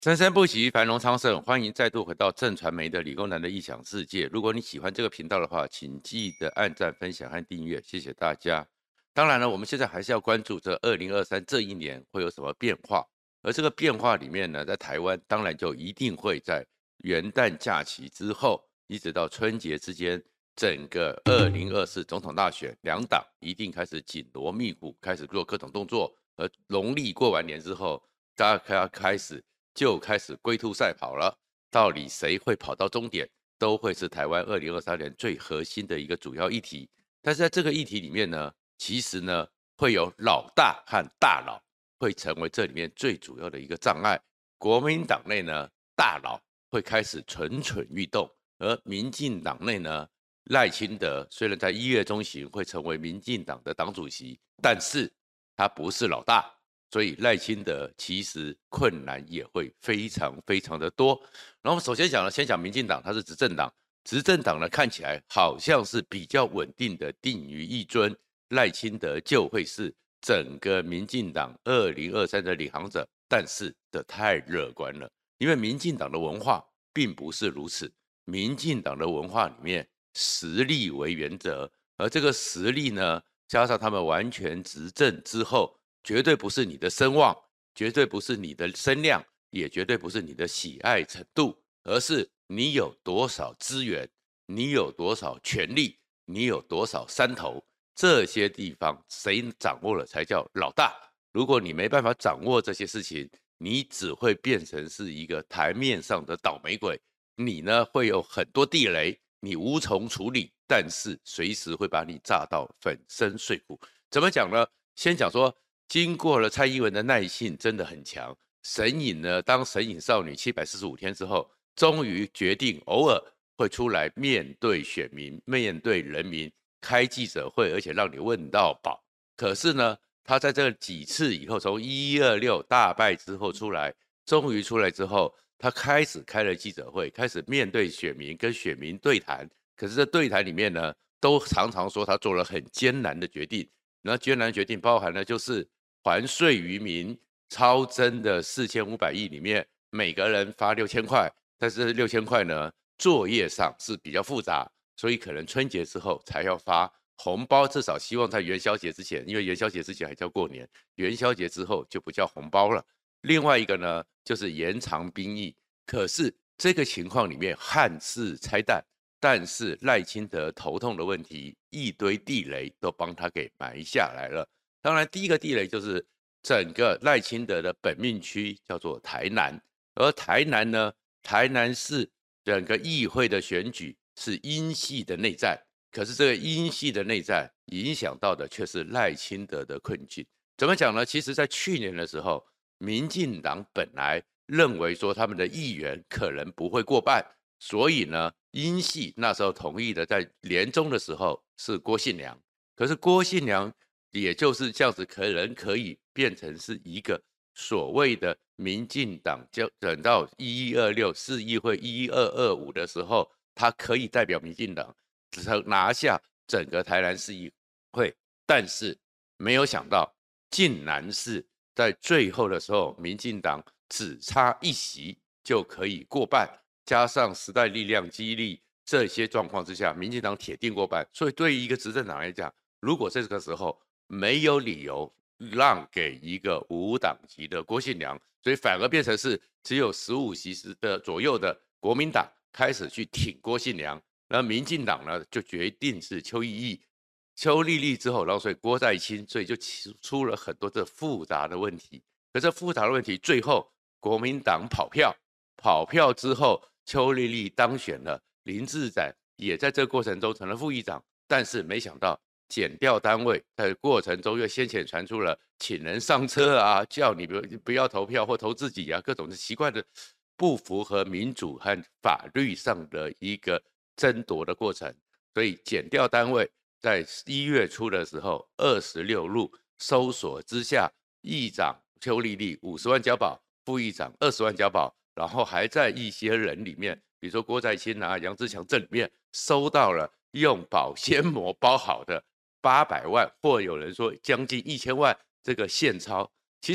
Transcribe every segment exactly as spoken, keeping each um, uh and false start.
生生不息，繁荣昌盛。欢迎再度回到正传媒的理工男的异想世界。如果你喜欢这个频道的话，请记得按赞、分享和订阅，谢谢大家。当然了，我们现在还是要关注这二零二三这一年会有什么变化。而这个变化里面呢，在台湾当然就一定会在元旦假期之后，一直到春节之间，整个二零二四总统大选，两党一定开始紧锣密鼓，开始做各种动作。而农历过完年之后，大家要开始。就开始龟兔赛跑了，到底谁会跑到终点，都会是台湾二零二三年最核心的一个主要议题。但是在这个议题里面呢，其实呢会有老大和大佬会成为这里面最主要的一个障碍。国民党内呢，大佬会开始蠢蠢欲动，而民进党内呢，赖清德虽然在一月中旬会成为民进党的党主席，但是他不是老大。所以赖清德其实困难也会非常非常的多。然后我们首先讲了，先讲民进党，它是执政党，执政党呢看起来好像是比较稳定的定于一尊，赖清德就会是整个民进党二零二三的领航者，但是这太乐观了，因为民进党的文化并不是如此，民进党的文化里面实力为原则，而这个实力呢，加上他们完全执政之后。绝对不是你的声望，绝对不是你的声量，也绝对不是你的喜爱程度，而是你有多少资源，你有多少权力，你有多少山头，这些地方谁掌握了才叫老大。如果你没办法掌握这些事情，你只会变成是一个台面上的倒霉鬼，你呢会有很多地雷，你无从处理，但是随时会把你炸到粉身碎骨。怎么讲呢？先讲说。经过了蔡英文的耐性真的很强，神隐呢，当神隐少女七百四十五天之后，终于决定偶尔会出来面对选民、面对人民开记者会，而且让你问到饱。可是呢，他在这几次以后，从一一二六大败之后出来，终于出来之后，他开始开了记者会，开始面对选民，跟选民对谈。可是这对谈里面呢，都常常说他做了很艰难的决定。那艰难决定包含了就是还税于民，超增的四千五百亿里面，每个人发六千块，但是六千块呢，作业上是比较复杂，所以可能春节之后才要发红包，至少希望在元宵节之前，因为元宵节之前还叫过年，元宵节之后就不叫红包了。另外一个呢，就是延长兵役，可是这个情况里面汉室拆弹。但是赖清德头痛的问题，一堆地雷都帮他给埋下来了。当然，第一个地雷就是整个赖清德的本命区叫做台南，而台南呢，台南市整个议会的选举是英系的内战，可是这个英系的内战影响到的却是赖清德的困境。怎么讲呢？其实在去年的时候，民进党本来认为说他们的议员可能不会过半，所以呢，英系那时候同意的，在联中的时候是郭信良，可是郭信良也就是这样子，可能可以变成是一个所谓的民进党，就等到一一二六市议会一一二二五的时候，他可以代表民进党拿下整个台南市议会，但是没有想到，竟然是在最后的时候，民进党只差一席就可以过半。加上时代力量、激励这些状况之下，民进党铁定过半。所以对于一个执政党来讲，如果在这个时候没有理由让给一个无党籍的郭信良，所以反而变成是只有十五席的左右的国民党开始去挺郭信良，那民进党呢就决定是邱意义、邱丽丽之后，然后所以郭在清，所以就出了很多这复杂的问题。可这复杂的问题，最后国民党跑票，跑票之后。邱丽丽当选了，林志展也在这个过程中成了副议长，但是没想到检调单位在过程中又先前传出了请人上车啊，叫你不要投票或投自己啊，各种奇怪的不符合民主和法律上的一个争夺的过程，所以检调单位在一月初的时候，二十六路搜索之下，议长邱丽丽五十万交保，副议长二十万交保。然后还在一些人里面，比如说郭在清啊、杨志强这里面收到了用保鲜膜包好的八百万，或有人说将近一千万这个现钞。其实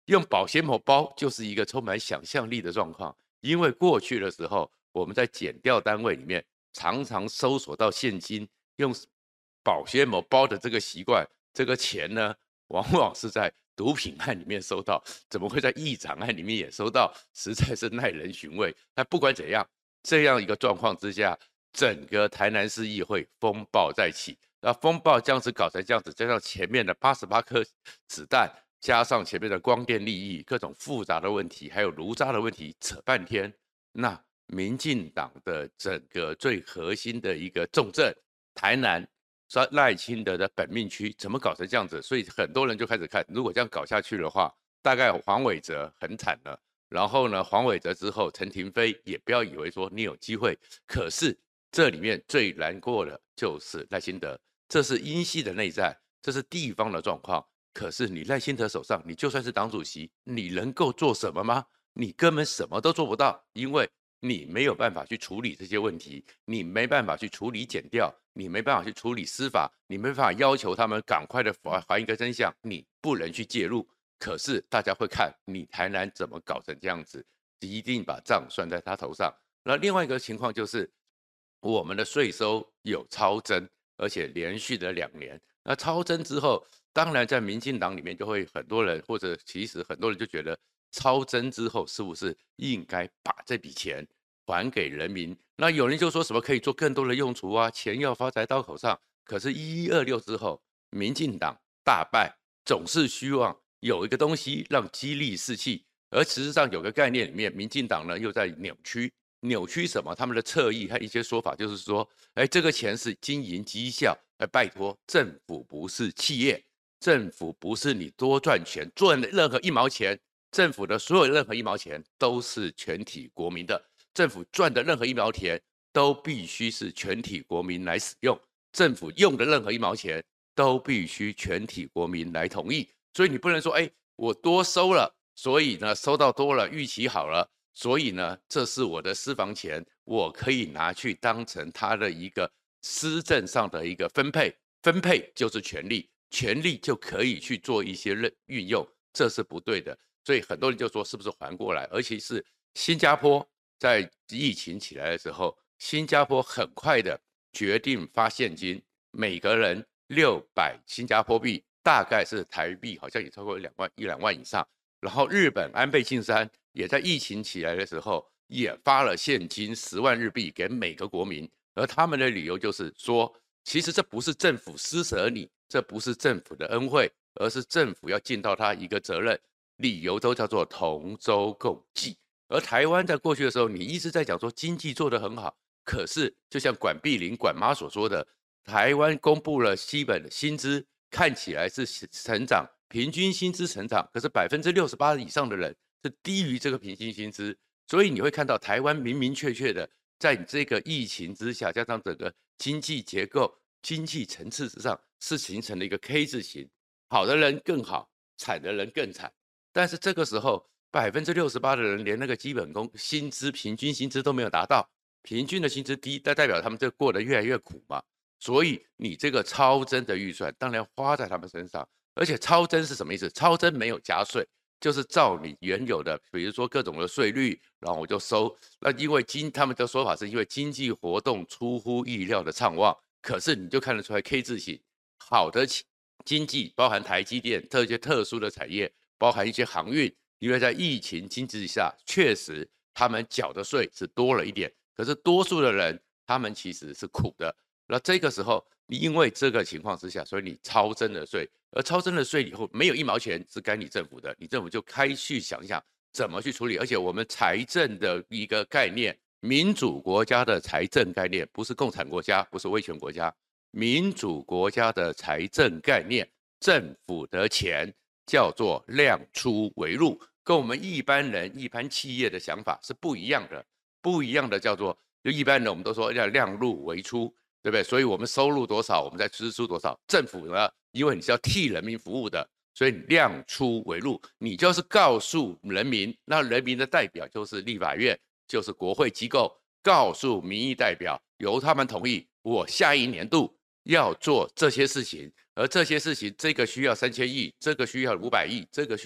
用保鲜膜包就是一个充满想象力的状况，因为过去的时候我们在检调单位里面常常搜索到现金用保鲜膜包的这个习惯，这个钱呢往往是在毒品案里面收到，怎么会在议长案里面也收到？实在是耐人寻味。但不管怎样，这样一个状况之下，整个台南市议会风暴再起。那风暴这样子搞成这样子，加上前面的八十八颗子弹，加上前面的光电利益，各种复杂的问题，还有炉渣的问题，扯半天。那民进党的整个最核心的一个重镇，台南赖清德的本命区，怎么搞成这样子？所以很多人就开始看，如果这样搞下去的话，大概黄伟哲很惨了。然后呢，黄伟哲之后，陈亭妃也不要以为说你有机会，可是这里面最难过的就是赖清德。这是英系的内战，这是地方的状况。可是你赖清德手上，你就算是党主席，你能够做什么吗？你根本什么都做不到，因为你没有办法去处理这些问题，你没办法去处理检调，你没办法去处理司法，你没办法要求他们赶快的还一个真相，你不能去介入。可是大家会看你台南怎么搞成这样子，一定把账算在他头上。那另外一个情况就是，我们的税收有超增。而且连续的两年，那超增之后，当然在民进党里面就会很多人，或者其实很多人就觉得，超增之后是不是应该把这笔钱还给人民？那有人就说什么可以做更多的用途啊，钱要发在刀口上。可是一一二六之后，民进党大败，总是希望有一个东西让激励士气，而事实上有个概念里面，民进党呢又在扭曲。扭曲什么？他们的侧翼和一些说法就是说，哎，这个钱是经营绩效，哎，拜托，政府不是企业，政府不是你多赚钱赚的任何一毛钱，政府的所有任何一毛钱都是全体国民的，政府赚的任何一毛钱都必须是全体国民来使用，政府用的任何一毛钱都必须全体国民来同意，所以你不能说，哎，我多收了，所以呢收到多了，预期好了。所以呢，这是我的私房钱，我可以拿去当成他的一个施政上的一个分配，分配就是权利，权利就可以去做一些运用，这是不对的。所以很多人就说是不是还过来？而且是新加坡在疫情起来的时候，新加坡很快的决定发现金，每个人六百新加坡币，大概是台币好像也超过两万一两万以上。然后日本安倍晋三也在疫情起来的时候，也发了现金十万日币给每个国民，而他们的理由就是说，其实这不是政府施舍你，这不是政府的恩惠，而是政府要尽到他一个责任，理由都叫做同舟共济。而台湾在过去的时候，你一直在讲说经济做得很好，可是就像管碧玲管妈所说的，台湾公布了基本的薪资，看起来是成长。平均薪资成长，可是百分之六十八以上的人是低于这个平均薪资，所以你会看到台湾明明确确的在这个疫情之下，加上整个经济结构、经济层次之上，是形成了一个 K 字形，好的人更好，惨的人更惨。但是这个时候，百分之六十八的人连那个基本工薪资、平均薪资都没有达到，平均的薪资低，那代表他们这过得越来越苦嘛。所以你这个超增的预算，当然花在他们身上。而且超增是什么意思？超增没有加税，就是照你原有的，比如说各种的税率，然后我就收。那因为经他们的说法是因为经济活动出乎意料的畅旺，可是你就看得出来 K 字形，好的经济包含台积电这些特殊的产业，包含一些航运，因为在疫情经济下，确实他们缴的税是多了一点，可是多数的人他们其实是苦的。那这个时候，你因为这个情况之下，所以你超征了税，而超征了税以后，没有一毛钱是该你政府的，你政府就开去想想怎么去处理。而且我们财政的一个概念，民主国家的财政概念，不是共产国家，不是威权国家，民主国家的财政概念，政府的钱叫做量出为入，跟我们一般人、一般企业的想法是不一样的，不一样的叫做，就一般人我们都说要量入为出。对不对？所以我们收入多少，我们再支出多少。政府呢，因为你是要替人民服务的，所以量出为入，你就是告诉人民，那人民的代表就是立法院，就是国会机构，告诉民意代表，由他们同意，我下一年度要做这些事情，而这些事情，这个需要三千亿，这个需要五百亿，这个需要，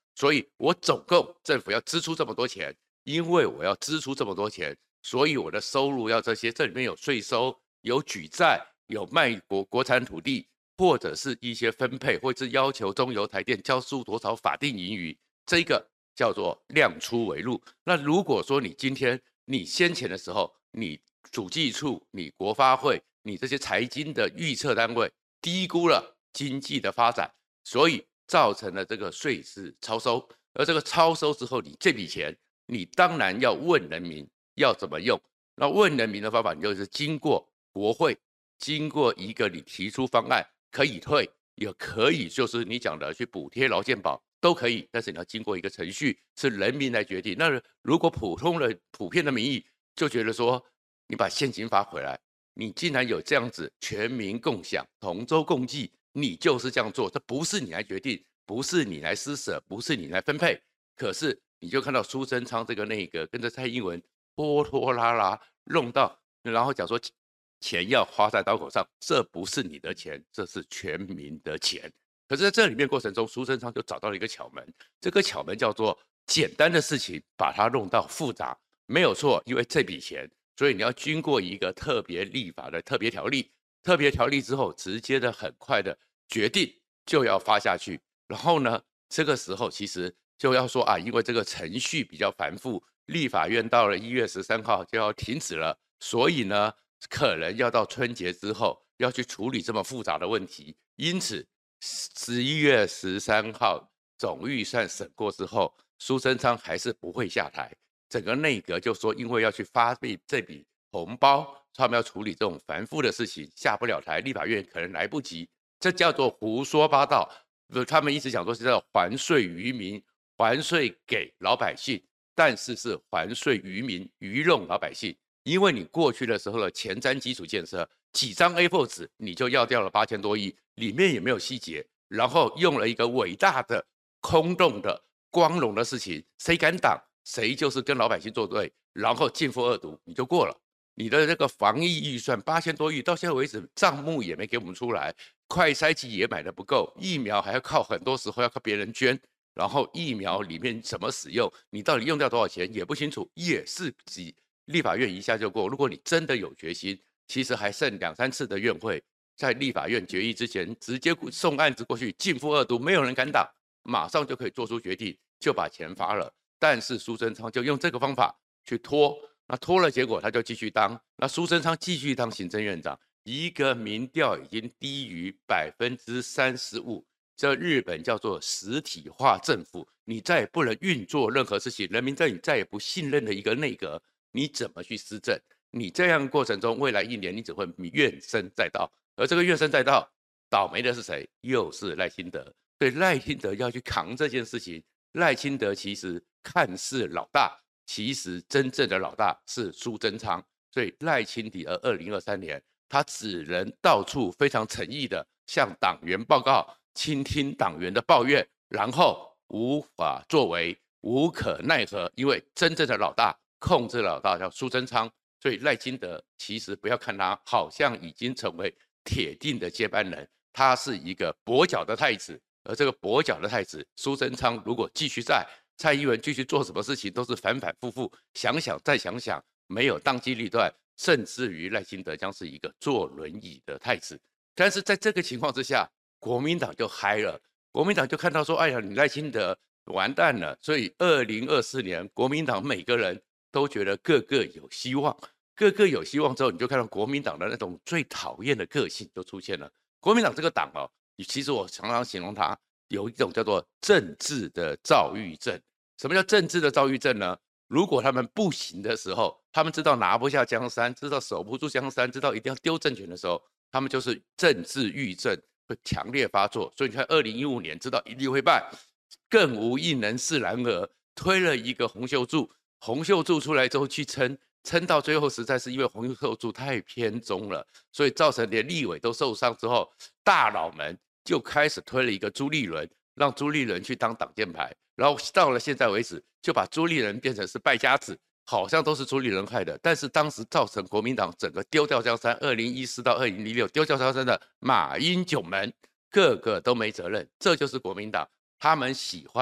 所以我总共政府要支出这么多钱，因为我要支出这么多钱，所以我的收入要这些，这里面有税收、有举债、有卖国国产土地，或者是一些分配，或者是要求中油、台电交出多少法定盈余，这个叫做量出为入。那如果说你今天你先前的时候，你主计处、你国发会、你这些财经的预测单位低估了经济的发展，所以造成了这个税是超收，而这个超收之后，你这笔钱，你当然要问人民要怎么用。那问人民的方法，你就是经过国会，经过一个你提出方案，可以退，也可以就是你讲的去补贴劳健保都可以，但是你要经过一个程序，是人民来决定。那如果普通的普遍的民意就觉得说，你把现金发回来，你竟然有这样子全民共享、同舟共济，你就是这样做，这不是你来决定，不是你来施舍，不是你来分配。可是你就看到苏贞昌这个那个跟着蔡英文拖拖拉拉弄到，然后讲说钱要花在刀口上，这不是你的钱，这是全民的钱。可是在这里面过程中，苏贞昌就找到了一个巧门，这个巧门叫做简单的事情把它弄到复杂，没有错，因为这笔钱，所以你要经过一个特别立法的特别条例，特别条例之后，直接的很快的决定就要发下去。然后呢，这个时候其实就要说啊，因为这个程序比较繁复，立法院到了一月十三号就要停止了，所以呢，可能要到春节之后要去处理这么复杂的问题。因此，十一月十三号总预算审过之后，苏贞昌还是不会下台。整个内阁就说，因为要去发币这笔红包，他们要处理这种繁复的事情，下不了台，立法院可能来不及，这叫做胡说八道。他们一直讲说是要还税于民，还税给老百姓，但是是还税于民，愚弄老百姓。因为你过去的时候的前瞻基础建设，几张 A 四 纸你就要掉了八千多亿，里面也没有细节，然后用了一个伟大的、空洞的、光荣的事情，谁敢挡，谁就是跟老百姓作对，然后尽负恶毒，你就过了。你的这个防疫预算八千多亿，到现在为止账目也没给我们出来，快筛剂也买的不够，疫苗还要靠很多时候要靠别人捐，然后疫苗里面怎么使用，你到底用掉多少钱也不清楚，也是几立法院一下就过。如果你真的有决心，其实还剩两三次的院会，在立法院决议之前，直接送案子过去，尽负恶毒，没有人敢挡，马上就可以做出决定，就把钱发了。但是苏贞昌就用这个方法去拖，那拖了，结果他就继续当，那苏贞昌继续当行政院长，一个民调已经低于百分之三十五，这日本叫做实体化政府，你再也不能运作任何事情，人民对你再也不信任的一个内阁，你怎么去施政？你这样过程中，未来一年你只会怨声载道，而这个怨声载道，倒霉的是谁？又是赖清德。所以赖清德要去扛这件事情，赖清德其实看似老大，其实真正的老大是苏贞昌。所以赖清德二零二三年，他只能到处非常诚意的向党员报告，倾听党员的抱怨，然后无法作为，无可奈何，因为真正的老大控制老大叫苏贞昌。所以赖清德其实不要看他好像已经成为铁定的接班人，他是一个跛脚的太子，而这个跛脚的太子苏贞昌如果继续在，蔡英文继续做什么事情都是反反复复，想想再想想，没有当机立断，甚至于赖清德将是一个坐轮椅的太子。但是在这个情况之下，国民党就嗨了，国民党就看到说，哎呀，你赖清德完蛋了，所以二零二四年国民党每个人都觉得个个有希望，个个有希望之后，你就看到国民党的那种最讨厌的个性就出现了。国民党这个党哦，其实我常常形容它有一种叫做政治的躁郁症。什么叫政治的躁郁症呢？如果他们不行的时候，他们知道拿不下江山，知道守不住江山，知道一定要丢政权的时候，他们就是政治郁症会强烈发作。所以你看，二零一五年知道一定会败，更无一人是然而推了一个洪秀柱。洪秀柱出来之后去撑，撑到最后实在是因为洪秀柱太偏中了，所以造成连立委都受伤之后，大佬们就开始推了一个朱立伦，让朱立伦去当挡箭牌，然后到了现在为止，就把朱立伦变成是败家子，好像都是朱立伦害的。但是当时造成国民党整个丢掉江山，二零一四到二零一六丢掉江山的马英九门，个个都没责任，这就是国民党，他们喜欢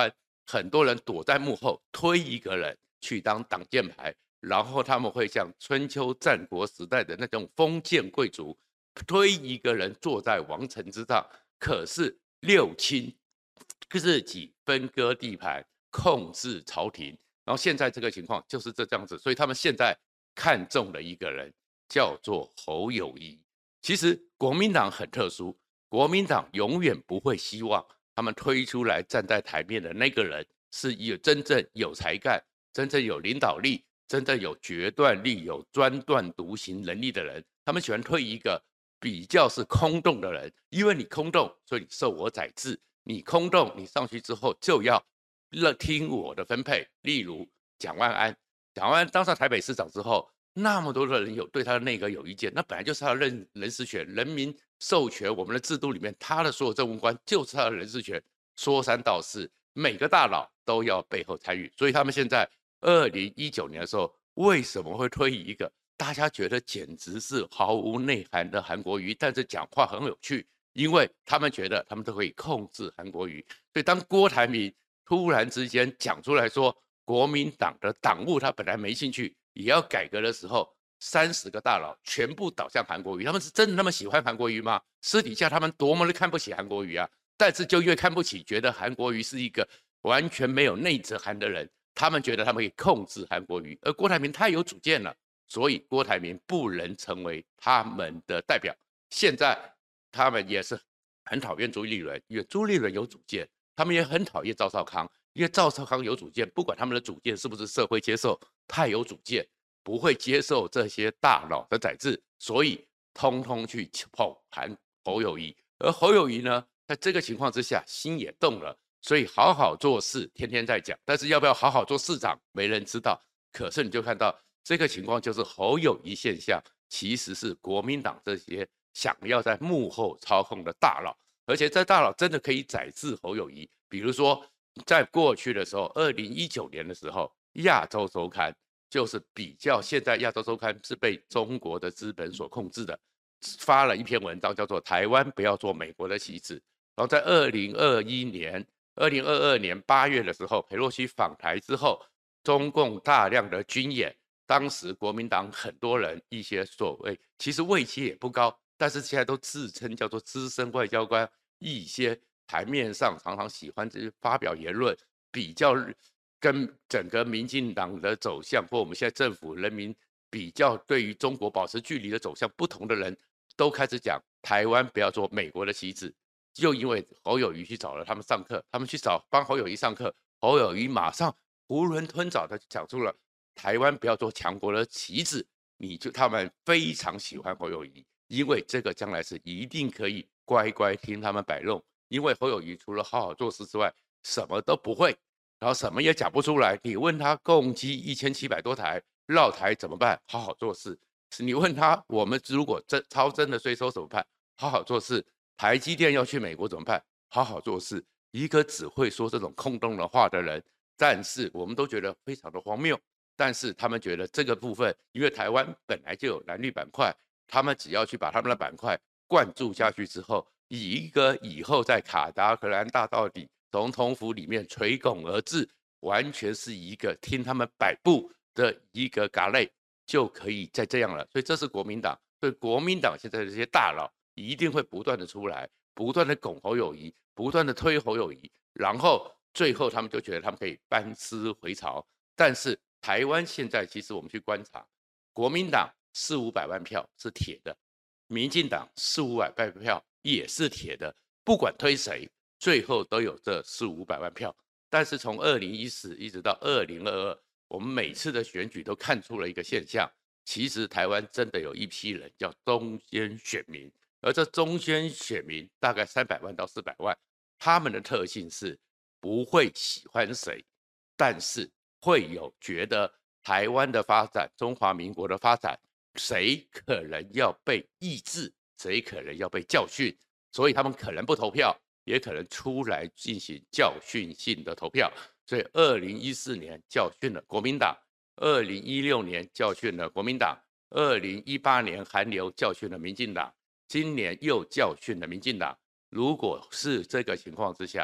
很多人躲在幕后推一个人去当挡箭牌，然后他们会像春秋战国时代的那种封建贵族，推一个人坐在王城之上，可是六亲自己分割地盘，控制朝廷。然后现在这个情况就是这样子，所以他们现在看中了一个人，叫做侯友宜。其实国民党很特殊，国民党永远不会希望他们推出来站在台面的那个人是有真正有才干、真正有领导力、真正有决断力、有专断独行能力的人。他们喜欢推一个比较是空洞的人，因为你空洞，所以你受我宰制。你空洞，你上去之后就要听我的分配。例如蒋万安，蒋万安当上台北市长之后，那么多的人有对他的内阁有意见，那本来就是他的人人事权，人民授权我们的制度里面，他的所有政务官就是他的人事权，说三道四，每个大佬都要背后参与。所以他们现在二零一九年的时候，为什么会推一个大家觉得简直是毫无内涵的韩国瑜，但是讲话很有趣？因为他们觉得他们都可以控制韩国瑜，所以当郭台铭突然之间讲出来说，国民党的党务他本来没兴趣，也要改革的时候，三十个大佬全部倒向韩国瑜。他们是真的那么喜欢韩国瑜吗？私底下他们多么的看不起韩国瑜啊！但是就越看不起，觉得韩国瑜是一个完全没有内哲涵的人，他们觉得他们可以控制韩国瑜，而郭台铭太有主见了，所以郭台铭不能成为他们的代表。现在他们也是很讨厌朱立伦，因为朱立伦有主见；他们也很讨厌赵少康，因为赵少康有主见，不管他们的主见是不是社会接受，太有主见，不会接受这些大佬的宰制，所以通通去捧韩侯友宜。而侯友宜呢，在这个情况之下，心也动了，所以好好做事天天在讲，但是要不要好好做市长，没人知道。可是你就看到这个情况，就是侯友宜现象，其实是国民党这些想要在幕后操控的大佬，而且这大佬真的可以宰制侯友宜。比如说，在过去的时候，二零一九年的时候，亚洲周刊就是比较，现在亚洲周刊是被中国的资本所控制的，发了一篇文章叫做《台湾不要做美国的棋子》。然后在二零二一年、二零二二年八月的时候，裴洛西访台之后，中共大量的军演，当时国民党很多人一些所谓其实位阶也不高，但是现在都自称叫做资深外交官，一些台面上常常喜欢发表言论，比较跟整个民进党的走向或我们现在政府人民比较对于中国保持距离的走向不同的人，都开始讲台湾不要做美国的棋子。就因为侯友宜去找了他们上课，他们去找帮侯友宜上课，侯友宜马上囫囵吞枣的讲出了台湾不要做强国的棋子。你就他们非常喜欢侯友宜，因为这个将来是一定可以乖乖听他们摆弄。因为侯友宜除了好好做事之外，什么都不会，然后什么也讲不出来。你问他共机一千七百多台绕台怎么办？好好做事。你问他我们如果真超征的税收怎么办？好好做事。台积电要去美国怎么办？好好做事。一个只会说这种空洞的话的人，但是我们都觉得非常的荒谬。但是他们觉得这个部分，因为台湾本来就有蓝绿板块，他们只要去把他们的板块灌注下去之后，以一个以后在卡达格兰大道里总统府里面垂拱而治，完全是一个听他们摆布的一个嘎类，就可以再这样了。所以这是国民党，所以国民党现在的这些大佬一定会不断的出来，不断的拱侯友宜，不断的推侯友宜，然后最后他们就觉得他们可以班师回朝。但是台湾现在其实我们去观察，国民党四五百万票是铁的，民进党四五百万票也是铁的，不管推谁，最后都有这四五百万票。但是从二零一四一直到二零二二，我们每次的选举都看出了一个现象，其实台湾真的有一批人叫中间选民。而这中间选民大概三百万到四百万，他们的特性是不会喜欢谁，但是会有觉得台湾的发展、中华民国的发展，谁可能要被抑制，谁可能要被教训，所以他们可能不投票，也可能出来进行教训性的投票。所以二零一四年教训了国民党，二零一六年教训了国民党，二零一八年韩流教训了民进党，今年又教训了民进党。如果是这个情况之下，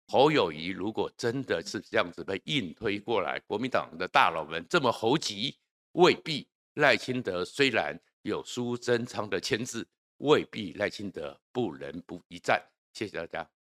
侯友宜如果真的是这样子被硬推过来，国民党的大佬们这么猴急，未必赖清德虽然有苏贞昌的签字，未必赖清德不能不一战。谢谢大家。